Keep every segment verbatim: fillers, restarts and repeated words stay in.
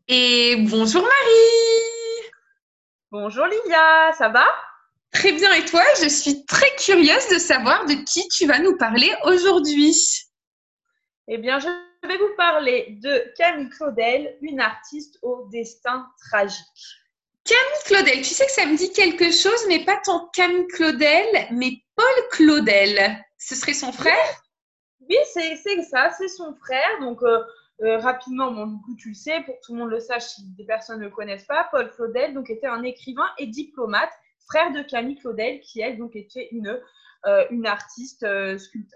Et bonjour Marie! Bonjour Lilia, ça va? Très bien, et toi? Je suis très curieuse de savoir de qui tu vas nous parler aujourd'hui. Eh bien, je vais vous parler de Camille Claudel, une artiste au destin tragique. Camille Claudel, tu sais que ça me dit quelque chose, mais pas tant Camille Claudel, mais Paul Claudel. Ce serait son Oui, frère? oui, c'est c'est ça, c'est son frère. Donc, euh, euh, rapidement, bon, du coup, tu le sais, pour que tout le monde le sache, si des personnes ne le connaissent pas, Paul Claudel donc, était un écrivain et diplomate, frère de Camille Claudel, qui, elle, donc, était une, euh, une artiste euh, sculpteur.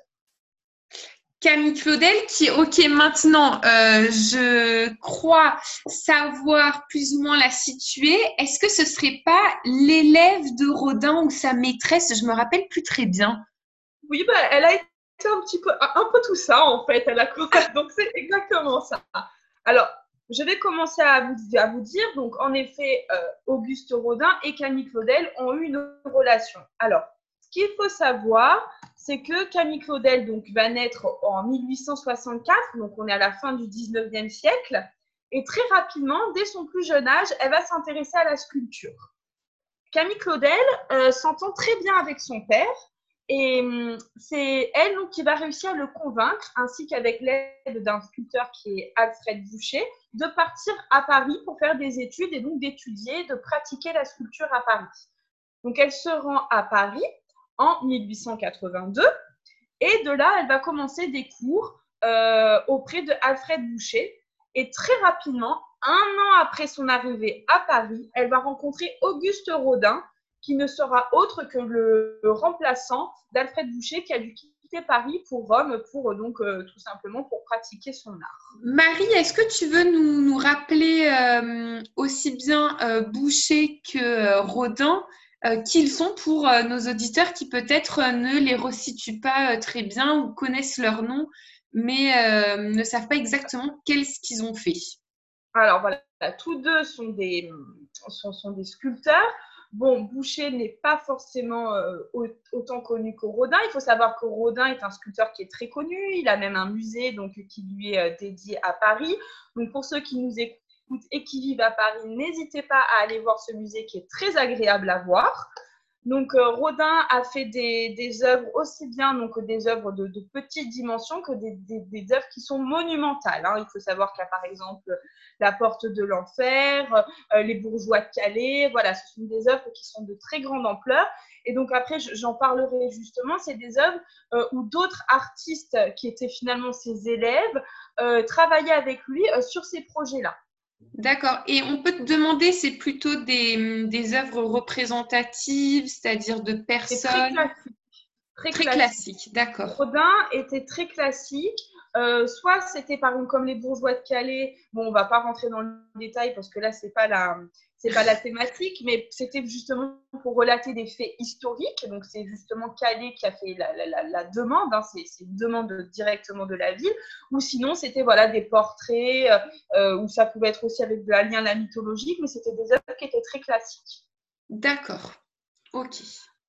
Camille Claudel, qui, ok, maintenant, euh, je crois savoir plus ou moins la situer. Est-ce que ce serait pas l'élève de Rodin ou sa maîtresse? Je me rappelle plus très bien. Oui, bah, elle a été un petit peu, un peu tout ça en fait. Elle a, donc c'est exactement ça. Alors, je vais commencer à vous, à vous dire. Donc, en effet, euh, Auguste Rodin et Camille Claudel ont eu une relation. Alors, ce qu'il faut savoir, c'est que Camille Claudel donc, va naître en mille huit cent soixante-quatre, donc on est à la fin du dix-neuvième siècle, et très rapidement, dès son plus jeune âge, elle va s'intéresser à la sculpture. Camille Claudel euh, s'entend très bien avec son père et hum, c'est elle donc, qui va réussir à le convaincre, ainsi qu'avec l'aide d'un sculpteur qui est Alfred Boucher, de partir à Paris pour faire des études et donc d'étudier, de pratiquer la sculpture à Paris. Donc elle se rend à Paris en mille huit cent quatre-vingt-deux et de là, elle va commencer des cours euh, auprès de Alfred Boucher. Et très rapidement, un an après son arrivée à Paris, elle va rencontrer Auguste Rodin, qui ne sera autre que le, le remplaçant d'Alfred Boucher, qui a dû quitter Paris pour Rome, pour donc euh, tout simplement pour pratiquer son art. Marie, est-ce que tu veux nous, nous rappeler euh, aussi bien euh, Boucher que euh, Rodin euh, qui ils sont pour euh, nos auditeurs qui peut-être euh, ne les resituent pas euh, très bien ou connaissent leur nom, mais euh, ne savent pas exactement qu'est-ce qu'ils ont fait? Alors voilà, tous deux sont des, sont, sont des sculpteurs. Bon, Boucher n'est pas forcément euh, autant connu que Rodin. Il faut savoir que Rodin est un sculpteur qui est très connu. Il a même un musée donc, qui lui est euh, dédié à Paris. Donc pour ceux qui nous écoutent et qui vivent à Paris, n'hésitez pas à aller voir ce musée qui est très agréable à voir. Donc, euh, Rodin a fait des, des œuvres aussi bien donc, des œuvres de, de petite dimension que des, des, des œuvres qui sont monumentales. Hein. Il faut savoir qu'il y a par exemple La Porte de l'Enfer, euh, Les Bourgeois de Calais. Voilà, ce sont des œuvres qui sont de très grande ampleur. Et donc après, j'en parlerai justement. C'est des œuvres euh, où d'autres artistes qui étaient finalement ses élèves euh, travaillaient avec lui euh, sur ces projets-là. D'accord. Et on peut te demander, c'est plutôt des, des œuvres représentatives, c'est-à-dire de C'est très personnes classique. Très très classique. classiques. D'accord. Rodin était très classique. Euh, soit c'était par exemple comme les bourgeois de Calais. Bon, on va pas rentrer dans le détail parce que là c'est pas la c'est pas la thématique, mais c'était justement pour relater des faits historiques. Donc c'est justement Calais qui a fait la, la, la, la demande. Hein, c'est, c'est une demande directement de la ville. Ou sinon c'était voilà des portraits euh, ou ça pouvait être aussi avec de la lien à la mythologique, mais c'était des œuvres qui étaient très classiques. D'accord. Ok.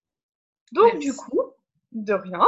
Donc du Merci. coup, de rien.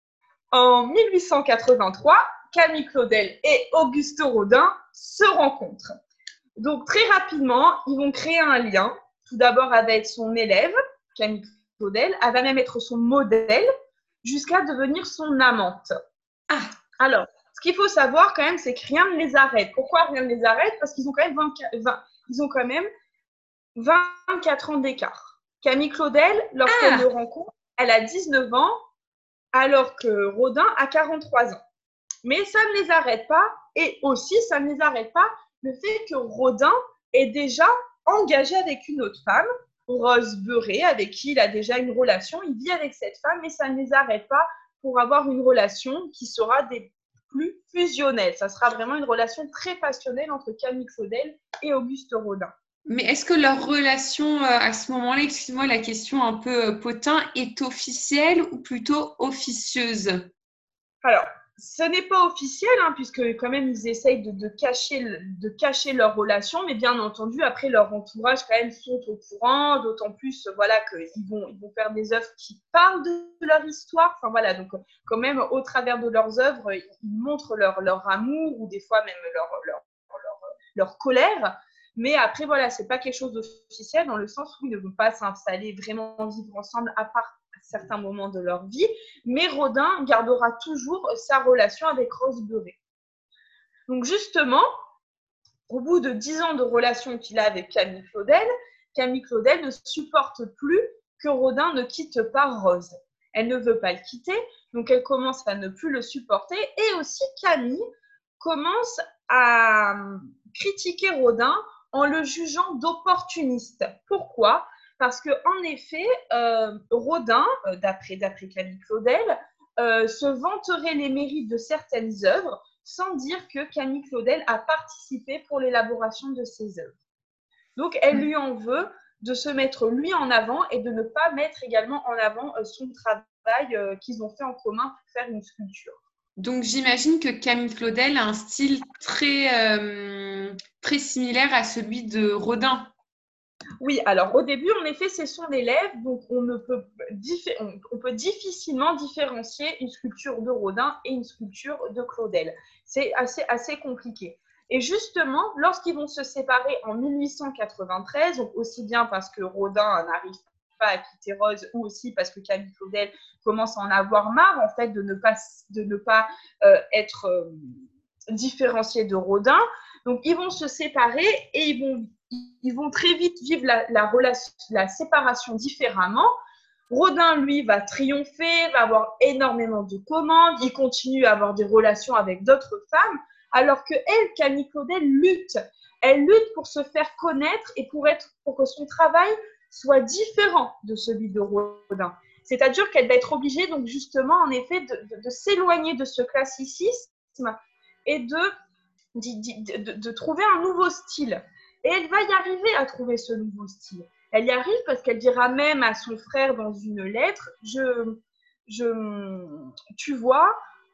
En mille huit cent quatre-vingt-trois, Camille Claudel et Auguste Rodin se rencontrent. Donc très rapidement, ils vont créer un lien, tout d'abord avec son élève, Camille Claudel, elle va même être son modèle, jusqu'à devenir son amante. Ah, Alors, ce qu'il faut savoir quand même, c'est que rien ne les arrête. Pourquoi rien ne les arrête? Parce qu'ils ont quand même vingt, vingt, ils ont quand même vingt-quatre ans d'écart. Camille Claudel, lorsqu'elle le ah, rencontre, elle a dix-neuf ans, alors que Rodin a quarante-trois ans. Mais ça ne les arrête pas. Et aussi, ça ne les arrête pas le fait que Rodin est déjà engagé avec une autre femme, Rose Beuret, avec qui il a déjà une relation. Il vit avec cette femme, mais ça ne les arrête pas pour avoir une relation qui sera des plus fusionnelle. Ça sera vraiment une relation très passionnelle entre Camille Claudel et Auguste Rodin. mais est-ce que leur relation euh, à ce moment-là, excuse-moi la question un peu euh, potin, est officielle ou plutôt officieuse? Alors, ce n'est pas officiel, hein, puisque quand même ils essayent de, de, cacher, de cacher leur relation, mais bien entendu, après leur entourage quand même sont au courant, d'autant plus voilà, qu'ils vont, ils vont faire des œuvres qui parlent de leur histoire, enfin voilà, donc quand même au travers de leurs œuvres, ils montrent leur, leur amour ou des fois même leur, leur leur colère. Mais après, voilà, ce n'est pas quelque chose d'officiel dans le sens où ils ne vont pas s'installer vraiment vivre ensemble à part à certains moments de leur vie. Mais Rodin gardera toujours sa relation avec Rose Beurré. Donc justement, au bout de dix ans de relation qu'il a avec Camille Claudel, Camille Claudel ne supporte plus que Rodin ne quitte pas Rose. Elle ne veut pas le quitter, donc elle commence à ne plus le supporter. Et aussi Camille commence à critiquer Rodin en le jugeant d'opportuniste. Pourquoi ? Parce qu'en effet, euh, Rodin, euh, d'après, d'après Camille Claudel, euh, se vanterait les mérites de certaines œuvres sans dire que Camille Claudel a participé pour l'élaboration de ses œuvres. Donc, elle lui en veut de se mettre lui en avant et de ne pas mettre également en avant son travail euh, qu'ils ont fait en commun pour faire une sculpture. Donc, j'imagine que Camille Claudel a un style très, euh, très similaire à celui de Rodin. Oui, alors au début, en effet, c'est son élève, donc on, ne peut, on, on peut difficilement différencier une sculpture de Rodin et une sculpture de Claudel. C'est assez, assez compliqué. Et justement, lorsqu'ils vont se séparer en mille huit cent quatre-vingt-treize, donc aussi bien parce que Rodin n'arrive pas à quitter Rose, ou aussi parce que Camille Claudel commence à en avoir marre, en fait, de ne pas, de ne pas euh, être euh, différencié de Rodin. Donc, ils vont se séparer et ils vont, ils vont très vite vivre la, la, relation, la séparation différemment. Rodin, lui, va triompher, va avoir énormément de commandes, il continue à avoir des relations avec d'autres femmes, alors que elle, Camille Claudel, lutte. Elle lutte pour se faire connaître et pour, être, pour que son travail soit différent de celui de Rodin. C'est-à-dire qu'elle va être obligée, donc justement, en effet, de, de, de s'éloigner de ce classicisme et de De, de, de trouver un nouveau style. Et elle va y arriver à trouver ce nouveau style. Elle y arrive parce qu'elle dira même à son frère dans une lettre, je, je, tu vois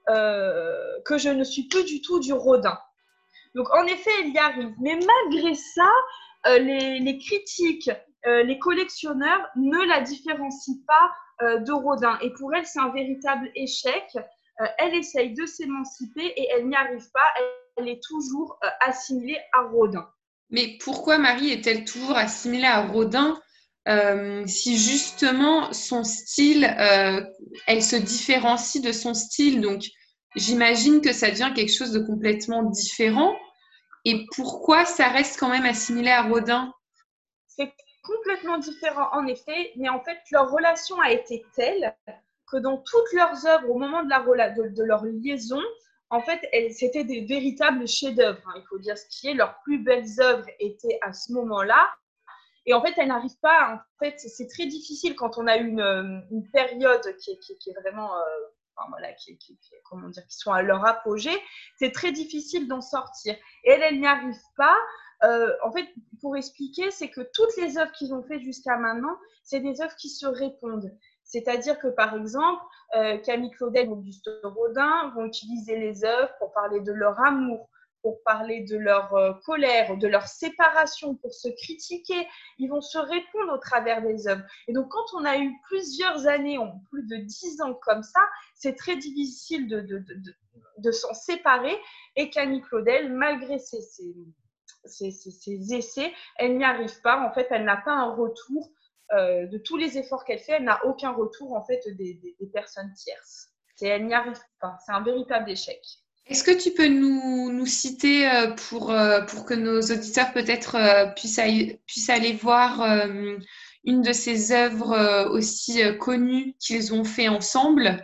euh, que je ne suis plus du tout du Rodin. Donc en effet, elle y arrive. Mais malgré ça, euh, les, les critiques, euh, les collectionneurs ne la différencient pas euh, de Rodin. Et pour elle, c'est un véritable échec. Euh, elle essaye de s'émanciper et elle n'y arrive pas. Elle elle est toujours euh, assimilée à Rodin. Mais pourquoi Marie est-elle toujours assimilée à Rodin euh, si justement son style, euh, elle se différencie de son style, donc j'imagine que ça devient quelque chose de complètement différent. Et pourquoi ça reste quand même assimilé à Rodin ? C'est complètement différent en effet, mais en fait leur relation a été telle que dans toutes leurs œuvres, au moment de, la, de, de leur liaison, en fait, c'était des véritables chefs-d'œuvre. Hein. Il faut dire ce qui est. Leurs plus belles œuvres étaient à ce moment-là. Et en fait, elles n'arrivent pas. En fait, c'est très difficile quand on a une, une période qui est, qui, qui est vraiment, euh, enfin, voilà, qui, qui, qui, comment dire, qui sont à leur apogée. C'est très difficile d'en sortir. Et elles, elles n'y arrivent pas. Euh, en fait, pour expliquer, c'est que toutes les œuvres qu'ils ont faites jusqu'à maintenant, c'est des œuvres qui se répondent. C'est-à-dire que, par exemple, euh, Camille Claudel ou Auguste Rodin vont utiliser les œuvres pour parler de leur amour, pour parler de leur euh, colère, de leur séparation, pour se critiquer. Ils vont se répondre au travers des œuvres. Et donc, quand on a eu plusieurs années, plus de dix ans comme ça, c'est très difficile de, de, de, de, de s'en séparer. Et Camille Claudel, malgré ses, ses, ses, ses, ses essais, elle n'y arrive pas. En fait, elle n'a pas un retour. Euh, de tous les efforts qu'elle fait, elle n'a aucun retour en fait des, des, des personnes tierces. Et elle n'y arrive pas. C'est un véritable échec. Est-ce que tu peux nous, nous citer euh, pour, euh, pour que nos auditeurs peut-être euh, puissent, aller, puissent aller voir euh, une de ces œuvres euh, aussi euh, connues qu'ils ont fait ensemble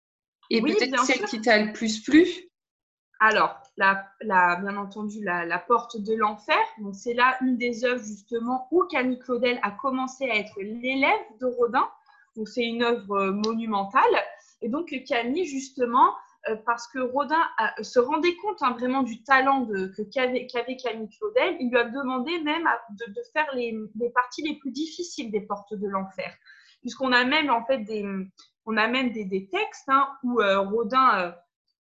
et oui, peut-être celle sûr. Qui t'a le plus plu? Alors, la, la, bien entendu, la, la Porte de l'Enfer. Donc, c'est là une des œuvres justement où Camille Claudel a commencé à être l'élève de Rodin. Donc, c'est une œuvre monumentale. Et donc, Camille, justement, euh, parce que Rodin a, se rendait compte hein, vraiment du talent de, que, qu'avait, qu'avait Camille Claudel, il lui a demandé même à, de, de faire les, les parties les plus difficiles des Portes de l'Enfer. Puisqu'on a même, en fait, des, on a même des, des textes hein, où euh, Rodin... Euh,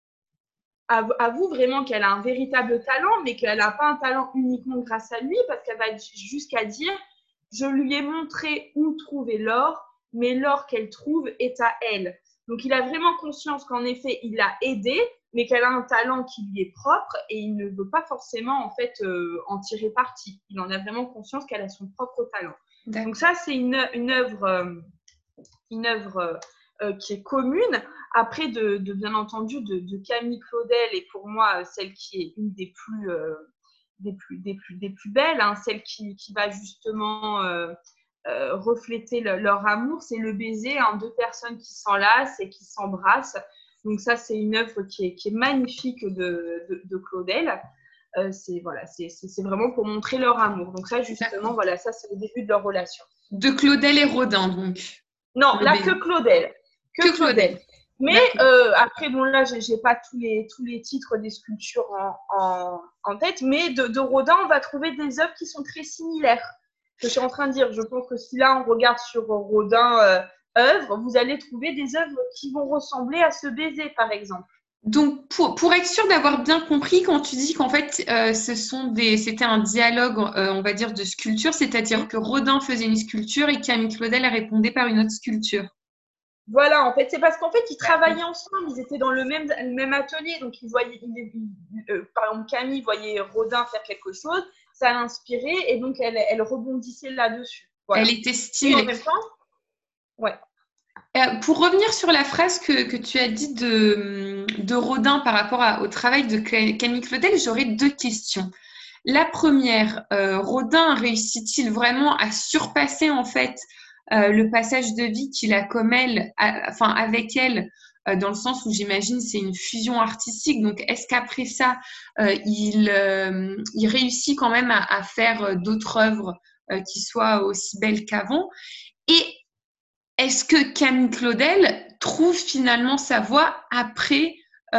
avoue vraiment qu'elle a un véritable talent, mais qu'elle n'a pas un talent uniquement grâce à lui, parce qu'elle va jusqu'à dire « Je lui ai montré où trouver l'or, mais l'or qu'elle trouve est à elle. » Donc, il a vraiment conscience qu'en effet, il l'a aidée, mais qu'elle a un talent qui lui est propre et il ne veut pas forcément en fait euh, en tirer parti. Il en a vraiment conscience qu'elle a son propre talent. Donc ça, c'est une, une œuvre, euh, une œuvre euh, qui est commune. Après, de, de bien entendu, de, de Camille Claudel, et pour moi, celle qui est une des plus, euh, des plus, des plus, des plus belles, hein, celle qui, qui va justement euh, euh, refléter le, leur amour, c'est le baiser, hein, deux personnes qui s'enlacent et qui s'embrassent. Donc ça, c'est une œuvre qui est, qui est magnifique de, de, de Claudel. Euh, c'est voilà, c'est, c'est, c'est vraiment pour montrer leur amour. Donc ça, justement, voilà, ça, c'est le début de leur relation. De Claudel et Rodin, donc. Non, là, que Claudel. Que, que Claudel. Claudel. Mais euh, après, bon, là, je n'ai pas tous les, tous les titres des sculptures en, en, en tête, mais de, de Rodin, on va trouver des œuvres qui sont très similaires. Que je suis en train de dire, je pense que si là, on regarde sur Rodin euh, œuvres, vous allez trouver des œuvres qui vont ressembler à ce baiser, par exemple. Donc, pour, pour être sûr d'avoir bien compris, quand tu dis qu'en fait, euh, ce sont des, c'était un dialogue, euh, on va dire, de sculpture, c'est-à-dire que Rodin faisait une sculpture et Camille Claudel répondait par une autre sculpture. Voilà, en fait, c'est parce qu'en fait, ils travaillaient ensemble, ils étaient dans le même, le même atelier, donc ils voyaient, ils, ils, euh, par exemple, Camille voyait Rodin faire quelque chose, ça l'inspirait et donc elle, elle rebondissait là-dessus. Voilà. Elle était stylée. Et en même temps, ouais. Euh, pour revenir sur la phrase que, que tu as dit de, de Rodin par rapport à, au travail de Camille Claudel, j'aurais deux questions. La première, euh, Rodin réussit-il vraiment à surpasser en fait euh, le passage de vie qu'il a comme elle, à, enfin avec elle, euh, dans le sens où j'imagine c'est une fusion artistique. Donc est-ce qu'après ça, euh, il, euh, il réussit quand même à, à faire d'autres œuvres euh, qui soient aussi belles qu'avant? Et est-ce que Camille Claudel trouve finalement sa voie après,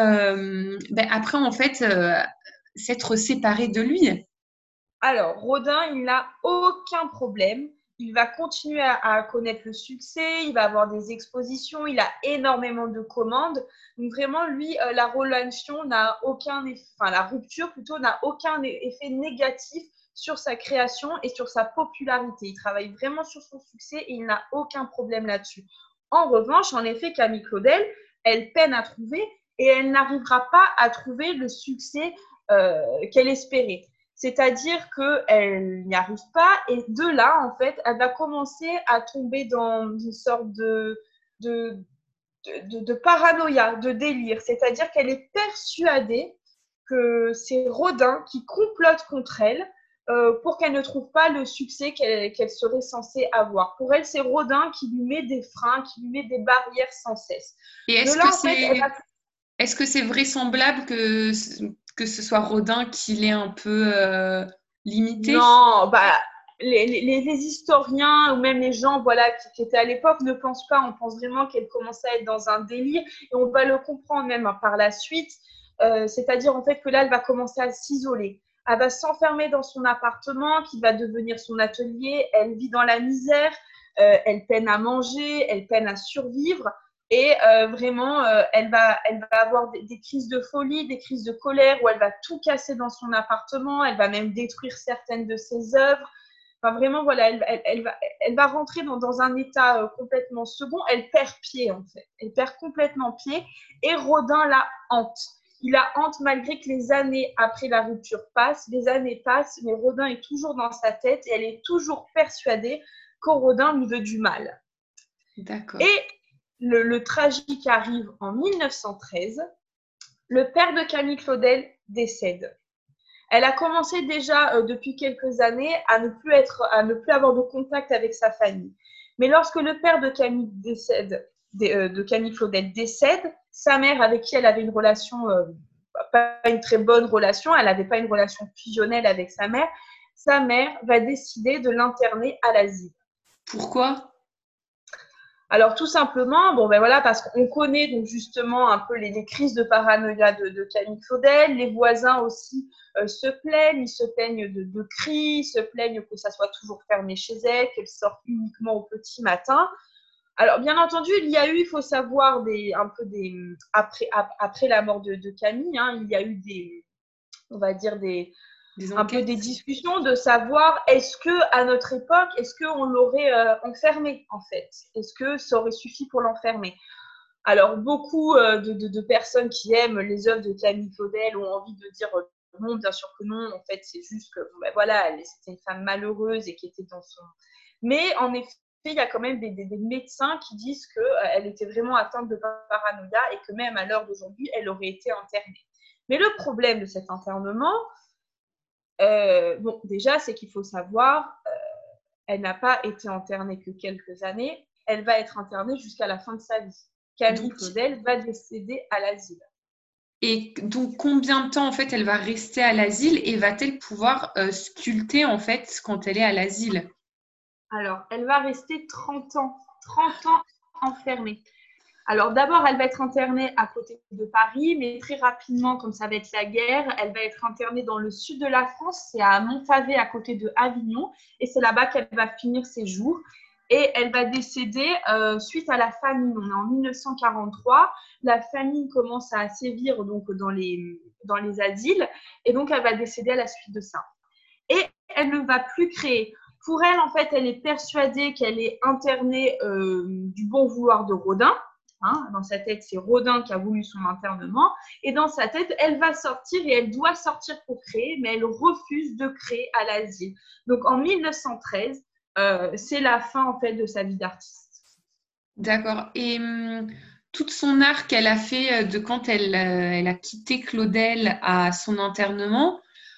euh, ben après en fait, euh, s'être séparée de lui? Alors, Rodin, il n'a aucun problème. Il va continuer à, à connaître le succès, il va avoir des expositions, il a énormément de commandes. Donc vraiment, lui, euh, la relation n'a aucun effet, enfin la rupture plutôt n'a aucun effet négatif sur sa création et sur sa popularité. Il travaille vraiment sur son succès et il n'a aucun problème là-dessus. En revanche, en effet, Camille Claudel, elle peine à trouver et elle n'arrivera pas à trouver le succès euh, qu'elle espérait. C'est-à-dire qu'elle n'y arrive pas et de là, en fait, elle va commencer à tomber dans une sorte de, de, de, de paranoïa, de délire. C'est-à-dire qu'elle est persuadée que c'est Rodin qui complote contre elle euh, pour qu'elle ne trouve pas le succès qu'elle, qu'elle serait censée avoir. Pour elle, c'est Rodin qui lui met des freins, qui lui met des barrières sans cesse. Et est-ce, là, que, en c'est... Fait, va... est-ce que c'est vraisemblable que, que ce soit Rodin qui l'ait un peu euh, limité? Non, bah, les, les, les historiens ou même les gens voilà, qui, qui étaient à l'époque ne pensent pas. On pense vraiment qu'elle commençait à être dans un délire et on va le comprendre même hein, par la suite. Euh, c'est-à-dire en fait que là, elle va commencer à s'isoler. Elle va s'enfermer dans son appartement qui va devenir son atelier. Elle vit dans la misère, euh, elle peine à manger, elle peine à survivre. Et euh, vraiment, euh, elle, va, elle va avoir des, des crises de folie, des crises de colère où elle va tout casser dans son appartement. Elle va même détruire certaines de ses œuvres. Enfin, vraiment, voilà, elle, elle, elle, va, elle va rentrer dans, dans un état euh, complètement second. Elle perd pied, en fait. Elle perd complètement pied. Et Rodin la hante. Il la hante malgré que les années après la rupture passent. Les années passent, mais Rodin est toujours dans sa tête et elle est toujours persuadée que Rodin lui veut du mal. D'accord. Et le, le tragique arrive en mille neuf cent treize. Le père de Camille Claudel décède. Elle a commencé déjà euh, depuis quelques années à ne plus être, à ne plus avoir de contact avec sa famille. Mais lorsque le père de Camille décède, de, euh, de Camille Claudel décède, sa mère avec qui elle avait une relation, euh, pas une très bonne relation, elle n'avait pas une relation fusionnelle avec sa mère, sa mère va décider de l'interner à l'asile. Pourquoi ? Alors tout simplement, bon ben voilà, parce qu'on connaît donc justement un peu les, les crises de paranoïa de, de Camille Claudel. Les voisins aussi euh, se plaignent, ils se plaignent de, de cris, ils se plaignent que ça soit toujours fermé chez elle, qu'elle sorte uniquement au petit matin. Alors bien entendu, il y a eu, il faut savoir, des, un peu des après, après la mort de, de Camille, hein, il y a eu des, on va dire des un peu des discussions de savoir est-ce que à notre époque, est-ce qu'on l'aurait euh, enfermé en fait, est-ce que ça aurait suffi pour l'enfermer. Alors, beaucoup euh, de, de, de personnes qui aiment les œuvres de Camille Claudel ont envie de dire euh, non, bien sûr que non. En fait, c'est juste que, bon, ben voilà, c'était une femme malheureuse et qui était dans son… Mais en effet, il y a quand même des, des, des médecins qui disent qu'elle euh, était vraiment atteinte de paranoïa et que même à l'heure d'aujourd'hui, elle aurait été internée. Mais le problème de cet internement, euh, bon, déjà, c'est qu'il faut savoir, euh, elle n'a pas été internée que quelques années, elle va être internée jusqu'à la fin de sa vie. Camille donc, Claudel va décéder à l'asile. Et donc, combien de temps, en fait, elle va rester à l'asile et va-t-elle pouvoir euh, sculpter, en fait, quand elle est à l'asile? Alors, elle va rester trente ans, trente ans enfermée. Alors, d'abord, elle va être internée à côté de Paris, mais très rapidement, comme ça va être la guerre, elle va être internée dans le sud de la France, c'est à Montfavet, à côté de Avignon, et c'est là-bas qu'elle va finir ses jours. Et elle va décéder euh, suite à la famine. On est en mille neuf cent quarante-trois. La famine commence à sévir donc, dans, les, dans les asiles, et donc elle va décéder à la suite de ça. Et elle ne va plus créer. Pour elle, en fait, elle est persuadée qu'elle est internée euh, du bon vouloir de Rodin. Hein, dans sa tête, c'est Rodin qui a voulu son internement. Et dans sa tête, elle va sortir et elle doit sortir pour créer, mais elle refuse de créer à l'asile. Donc, en mille neuf cent treize, euh, c'est la fin, en fait, de sa vie d'artiste. D'accord. Et hum, toute son art qu'elle a fait de quand elle, euh, elle a quitté Claudel à son internement,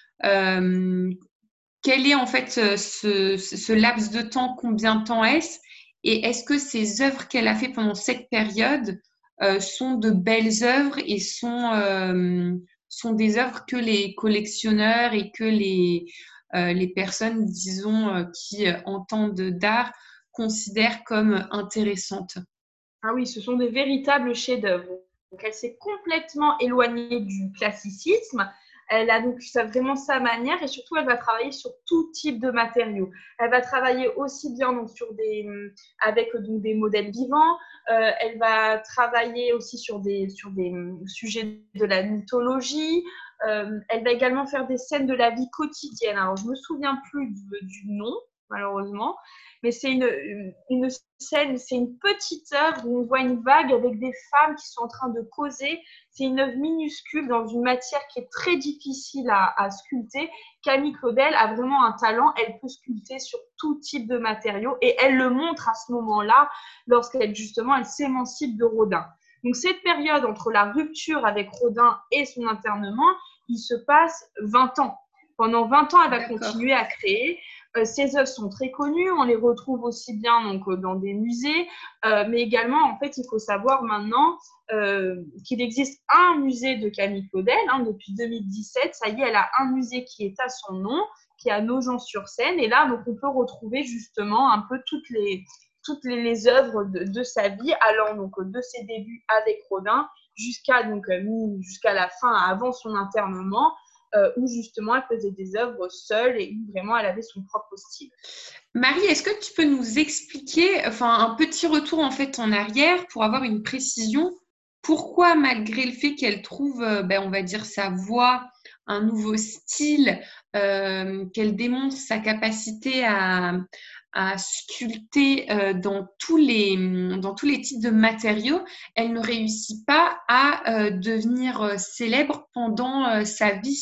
euh, quel est en fait ce, ce laps de temps? Combien de temps est-ce? Et est-ce que ces œuvres qu'elle a fait pendant cette période euh, sont de belles œuvres et sont, euh, sont des œuvres que les collectionneurs et que les, euh, les personnes, disons, euh, qui entendent d'art considèrent comme intéressantes? Ah oui, ce sont des véritables chefs-d'œuvre. Donc, elle s'est complètement éloignée du classicisme. Elle a donc vraiment sa manière et surtout, elle va travailler sur tout type de matériaux. Elle va travailler aussi bien donc, sur des, avec donc, des modèles vivants. Euh, elle va travailler aussi sur des, sur des sujets de la mythologie. Euh, elle va également faire des scènes de la vie quotidienne. Alors, je ne me souviens plus du, du nom, malheureusement, mais c'est une, une, une scène, c'est une petite œuvre où on voit une vague avec des femmes qui sont en train de causer. C'est une œuvre minuscule dans une matière qui est très difficile à, à sculpter. Camille Claudel a vraiment un talent, elle peut sculpter sur tout type de matériaux et elle le montre à ce moment-là lorsqu'elle justement elle s'émancipe de Rodin. Donc cette période entre la rupture avec Rodin et son internement, il se passe vingt ans. Pendant vingt ans, elle va D'accord. continuer à créer. Euh, ces œuvres sont très connues, on les retrouve aussi bien donc, dans des musées, euh, mais également, en fait, il faut savoir maintenant euh, qu'il existe un musée de Camille Claudel hein, depuis deux mille dix-sept. Ça y est, elle a un musée qui est à son nom, qui est à Nogent-sur-Seine. Et là, donc, on peut retrouver justement un peu toutes les, toutes les, les œuvres de, de sa vie, allant donc de ses débuts avec Rodin jusqu'à donc, jusqu'à la fin, avant son internement. Euh, où justement elle faisait des œuvres seule et où vraiment elle avait son propre style. Marie, est-ce que tu peux nous expliquer, enfin un petit retour en fait en arrière pour avoir une précision, pourquoi malgré le fait qu'elle trouve, ben, on va dire sa voix, un nouveau style, euh, qu'elle démontre sa capacité à, à sculpter euh, dans, tous les, dans tous les types de matériaux, elle ne réussit pas à euh, devenir célèbre pendant euh, sa vie?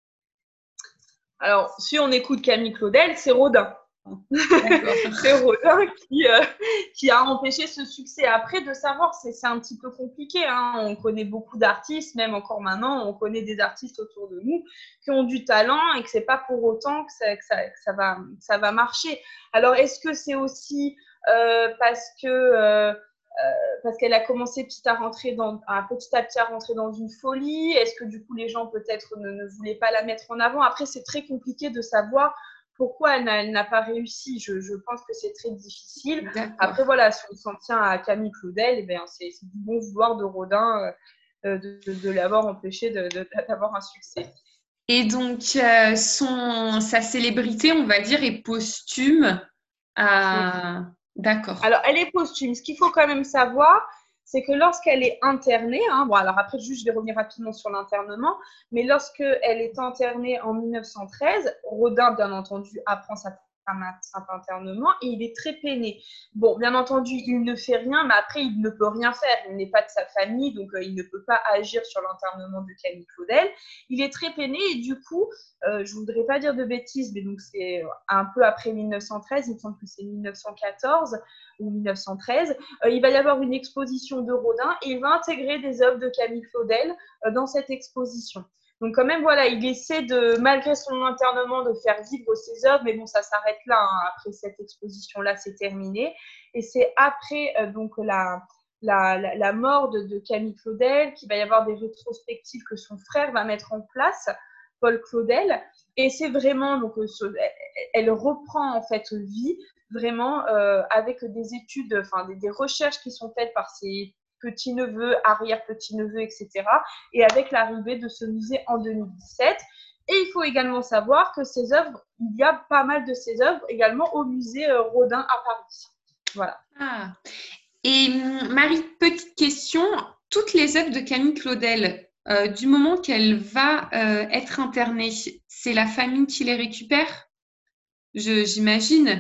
Alors, si on écoute Camille Claudel, c'est Rodin. c'est Rodin qui, euh, qui a empêché ce succès. Après, de savoir, c'est, c'est un petit peu compliqué. Hein. On connaît beaucoup d'artistes, même encore maintenant, on connaît des artistes autour de nous qui ont du talent et que c'est pas pour autant que ça, que ça, que ça, va, ça va marcher. Alors, est-ce que c'est aussi euh, parce que… Euh, Euh, parce qu'elle a commencé petit à, rentrer dans, à petit à petit à rentrer dans une folie. Est-ce que du coup les gens peut-être ne, ne voulaient pas la mettre en avant? Après, c'est très compliqué de savoir pourquoi elle n'a, elle n'a pas réussi. Je, je pense que c'est très difficile. D'accord. Après, voilà, si on s'en tient à Camille Claudel, eh bien, c'est, c'est du bon vouloir de Rodin euh, de, de, de l'avoir empêché de, de, d'avoir un succès. Et donc, euh, son, sa célébrité, on va dire, est posthume à… Oui. D'accord. Alors, elle est posthume. Ce qu'il faut quand même savoir, c'est que lorsqu'elle est internée, hein, bon, alors après, juste, je vais revenir rapidement sur l'internement, mais lorsqu'elle est internée en mille neuf cent treize, Rodin, bien entendu, apprend sa cet internement et il est très peiné. Bon, bien entendu, il ne fait rien, mais après, il ne peut rien faire. Il n'est pas de sa famille, donc euh, il ne peut pas agir sur l'internement de Camille Claudel. Il est très peiné et du coup, euh, je ne voudrais pas dire de bêtises, mais donc c'est un peu après mille neuf cent treize, il me semble que c'est mille neuf cent quatorze ou mille neuf cent treize, euh, il va y avoir une exposition de Rodin et il va intégrer des œuvres de Camille Claudel euh, dans cette exposition. Donc quand même, voilà, il essaie de, malgré son internement, de faire vivre ses œuvres, mais bon, ça s'arrête là, hein. Après cette exposition-là, c'est terminé. Et c'est après euh, donc la, la, la, la mort de, de Camille Claudel qu'il va y avoir des rétrospectives que son frère va mettre en place, Paul Claudel. Et c'est vraiment, donc, euh, elle reprend en fait vie, vraiment euh, avec des études, enfin des, des recherches qui sont faites par ses petits-neveux, arrière-petits-neveux, et cetera. Et avec l'arrivée de ce musée en deux mille dix-sept. Et il faut également savoir que ces œuvres, il y a pas mal de ces œuvres également au musée euh, Rodin à Paris. Voilà. Ah. Et Marie, petite question, toutes les œuvres de Camille Claudel, euh, du moment qu'elle va euh, être internée, c'est la famille qui les récupère, je, j'imagine.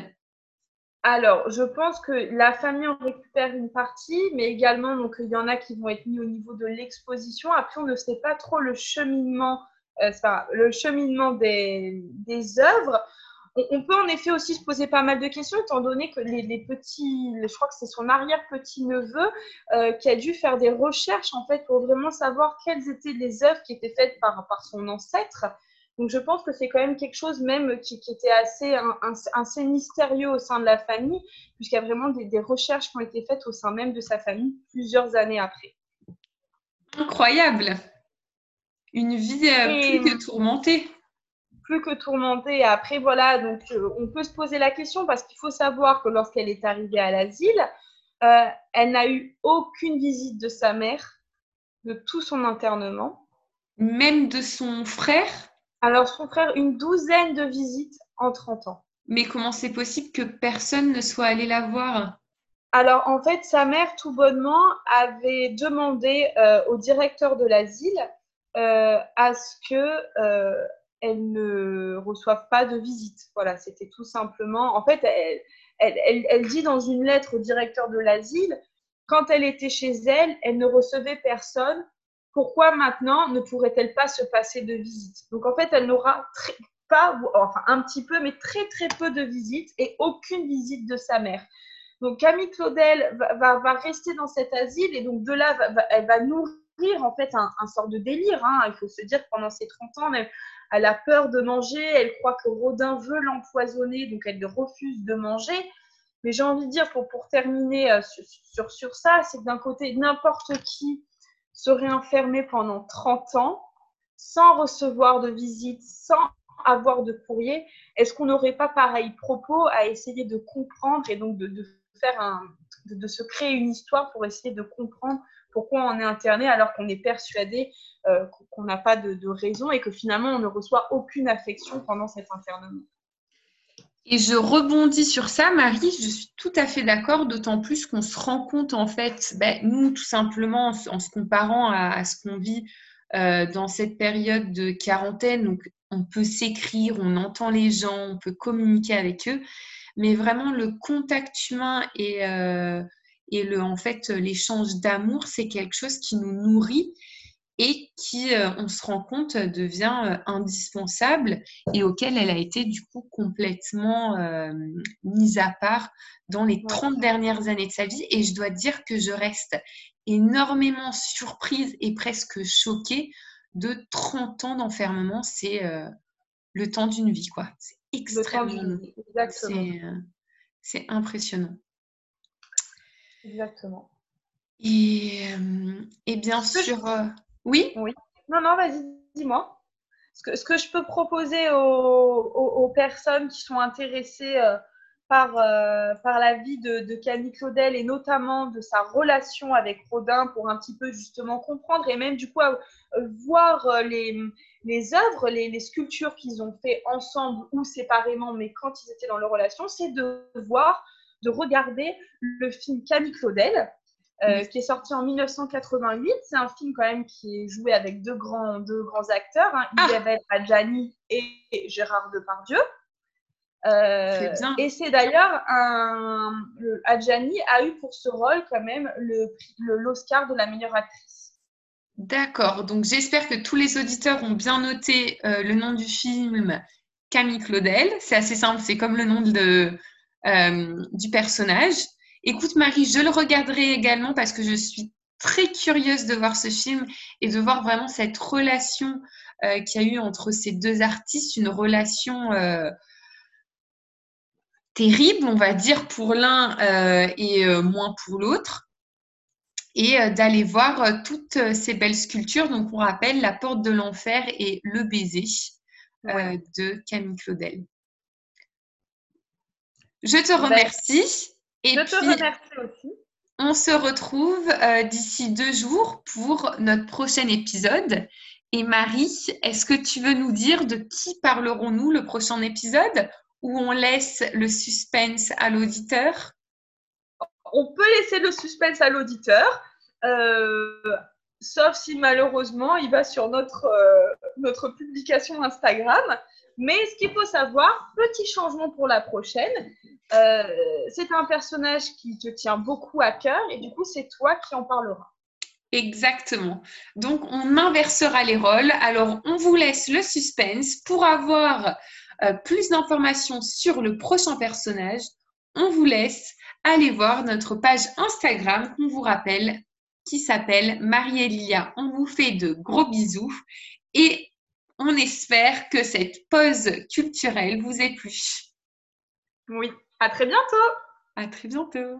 Alors, je pense que la famille en récupère une partie, mais également, donc, il y en a qui vont être mis au niveau de l'exposition. Après, on ne sait pas trop le cheminement, euh, ça, le cheminement des, des œuvres. On, on peut en effet aussi se poser pas mal de questions, étant donné que les, les petits, je crois que c'est son arrière-petit-neveu euh, qui a dû faire des recherches, en fait, pour vraiment savoir quelles étaient les œuvres qui étaient faites par, par son ancêtre. Donc, je pense que c'est quand même quelque chose même qui, qui était assez, un, un, assez mystérieux au sein de la famille, puisqu'il y a vraiment des, des recherches qui ont été faites au sein même de sa famille plusieurs années après. Incroyable. Une vie euh, Et, plus que tourmentée. Plus que tourmentée. Après, voilà, donc euh, on peut se poser la question parce qu'il faut savoir que lorsqu'elle est arrivée à l'asile, euh, elle n'a eu aucune visite de sa mère de tout son internement. Même de son frère. Alors, son frère, une douzaine de visites en trente ans. Mais comment c'est possible que personne ne soit allé la voir? Alors, en fait, sa mère, tout bonnement, avait demandé euh, au directeur de l'asile euh, à ce que euh, elle ne reçoive pas de visite. Voilà, c'était tout simplement. En fait, elle, elle, elle, elle dit dans une lettre au directeur de l'asile, quand elle était chez elle, elle ne recevait personne. Pourquoi maintenant ne pourrait-elle pas se passer de visite? Donc, en fait, elle n'aura très, pas, enfin un petit peu, mais très très peu de visites et aucune visite de sa mère. Donc Camille Claudel va, va, va, rester dans cet asile et donc de là, va, va, elle va nourrir en fait un, un sort de délire. Hein. Il faut se dire que pendant ces trente ans, même, elle a peur de manger, elle croit que Rodin veut l'empoisonner, donc elle refuse de manger. Mais j'ai envie de dire, pour, pour terminer euh, sur, sur, sur ça, c'est que d'un côté, n'importe qui serait enfermé pendant trente ans sans recevoir de visite, sans avoir de courrier. Est-ce qu'on n'aurait pas pareil propos à essayer de comprendre et donc de, de faire un, de, de se créer une histoire pour essayer de comprendre pourquoi on est interné alors qu'on est persuadé euh, qu'on n'a pas de, de raison et que finalement on ne reçoit aucune affection pendant cet internement. Et je rebondis sur ça, Marie, je suis tout à fait d'accord, d'autant plus qu'on se rend compte, en fait, ben, nous, tout simplement, en, en se comparant à, à ce qu'on vit euh, dans cette période de quarantaine, donc on peut s'écrire, on entend les gens, on peut communiquer avec eux, mais vraiment le contact humain et, euh, et le, en fait, l'échange d'amour, c'est quelque chose qui nous nourrit et qui, euh, on se rend compte, devient euh, indispensable et auquel elle a été du coup complètement euh, mise à part dans les trente ouais. dernières années de sa vie. Et je dois dire que je reste énormément surprise et presque choquée de trente ans d'enfermement. C'est euh, le temps d'une vie, quoi. C'est extrêmement long. C'est, euh, c'est impressionnant. Exactement. Et, euh, et bien Ce sûr... je... Euh... Oui Oui. Non, non, vas-y, dis-moi. Ce que, ce que je peux proposer aux, aux, aux personnes qui sont intéressées euh, par, euh, par la vie de, de Camille Claudel et notamment de sa relation avec Rodin pour un petit peu justement comprendre et même du coup euh, voir les, les œuvres, les, les sculptures qu'ils ont fait ensemble ou séparément, mais quand ils étaient dans leur relation, c'est de voir, de regarder le film Camille Claudel. Euh, qui est sorti en mille neuf cent quatre-vingt-huit. C'est un film quand même qui est joué avec deux grands, deux grands acteurs, hein, Isabelle ah. Adjani et Gérard Depardieu. Euh, Très bien. et c'est d'ailleurs un. le- Adjani a eu pour ce rôle quand même le, prix- le- l'Oscar de la meilleure actrice. D'accord. Donc, j'espère que tous les auditeurs ont bien noté euh, le nom du film Camille Claudel. C'est assez simple, c'est comme le nom de, euh, du personnage. Écoute, Marie, je le regarderai également parce que je suis très curieuse de voir ce film et de voir vraiment cette relation euh, qu'il y a eu entre ces deux artistes, une relation euh, terrible, on va dire, pour l'un euh, et euh, moins pour l'autre. Et euh, d'aller voir euh, toutes euh, ces belles sculptures. Donc, on rappelle La Porte de l'Enfer et Le Baiser Ouais. euh, de Camille Claudel. Je te Ben, remercie et je te puis remercie aussi. on se retrouve euh, d'ici deux jours pour notre prochain épisode. Et Marie, est-ce que tu veux nous dire de qui parlerons-nous le prochain épisode ou on laisse le suspense à l'auditeur? On peut laisser le suspense à l'auditeur, euh, sauf si malheureusement il va sur notre, euh, notre publication Instagram. Mais ce qu'il faut savoir, petit changement pour la prochaine, euh, c'est un personnage qui te tient beaucoup à cœur et du coup c'est toi qui en parleras. Exactement. Donc, on inversera les rôles. Alors, on vous laisse le suspense pour avoir euh, plus d'informations sur le prochain personnage. On vous laisse aller voir notre page Instagram qu'on vous rappelle qui s'appelle Marie-Elia. On vous fait de gros bisous et on espère que cette pause culturelle vous ait plu. Oui, à très bientôt. À très bientôt.